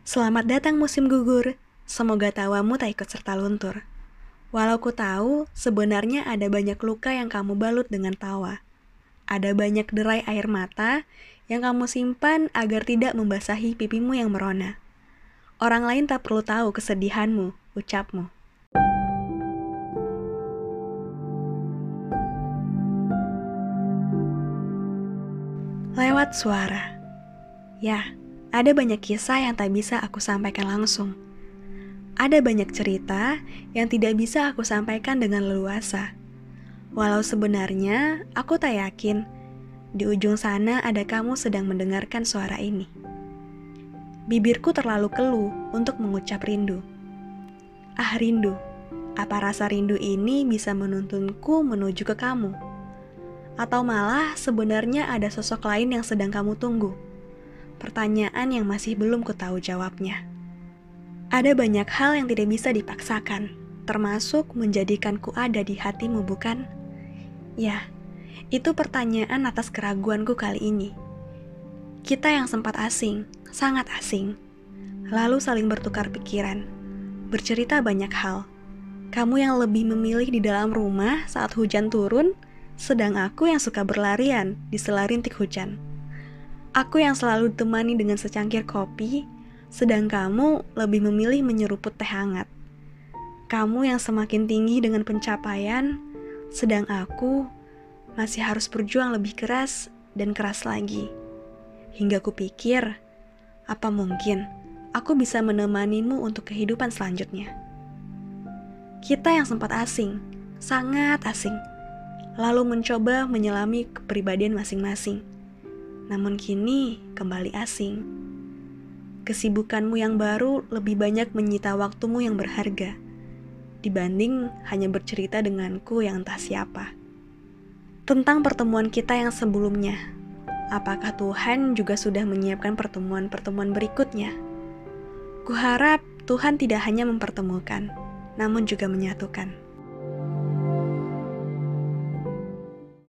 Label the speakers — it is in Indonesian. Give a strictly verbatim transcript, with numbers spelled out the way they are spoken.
Speaker 1: Selamat datang musim gugur. Semoga tawamu tak ikut serta luntur. Walau ku tahu, sebenarnya ada banyak luka yang kamu balut dengan tawa. Ada banyak derai air mata yang kamu simpan agar tidak membasahi pipimu yang merona. Orang lain tak perlu tahu kesedihanmu, ucapmu. Lewat suara. Ya, ada banyak kisah yang tak bisa aku sampaikan langsung. Ada banyak cerita yang tidak bisa aku sampaikan dengan leluasa. Walau sebenarnya aku tak yakin di ujung sana ada kamu sedang mendengarkan suara ini. Bibirku terlalu keluh untuk mengucap rindu. Ah rindu, apa rasa rindu ini bisa menuntunku menuju ke kamu? Atau malah sebenarnya ada sosok lain yang sedang kamu tunggu? Pertanyaan yang masih belum ku tahu jawabnya. Ada banyak hal yang tidak bisa dipaksakan, termasuk menjadikanku ada di hatimu, bukan? Ya, itu pertanyaan atas keraguanku kali ini. Kita yang sempat asing, sangat asing, lalu saling bertukar pikiran, bercerita banyak hal. Kamu yang lebih memilih di dalam rumah saat hujan turun, sedang aku yang suka berlarian di sela rintik hujan. Aku yang selalu ditemani dengan secangkir kopi, sedang kamu lebih memilih menyeruput teh hangat. Kamu yang semakin tinggi dengan pencapaian, sedang aku masih harus berjuang lebih keras dan keras lagi. Hingga kupikir, apa mungkin aku bisa menemanimu untuk kehidupan selanjutnya? Kita yang sempat asing, sangat asing, lalu mencoba menyelami kepribadian masing-masing. Namun kini kembali asing. Kesibukanmu yang baru lebih banyak menyita waktumu yang berharga, dibanding hanya bercerita denganku yang entah siapa. Tentang pertemuan kita yang sebelumnya, apakah Tuhan juga sudah menyiapkan pertemuan-pertemuan berikutnya? Kuharap Tuhan tidak hanya mempertemukan, namun juga menyatukan.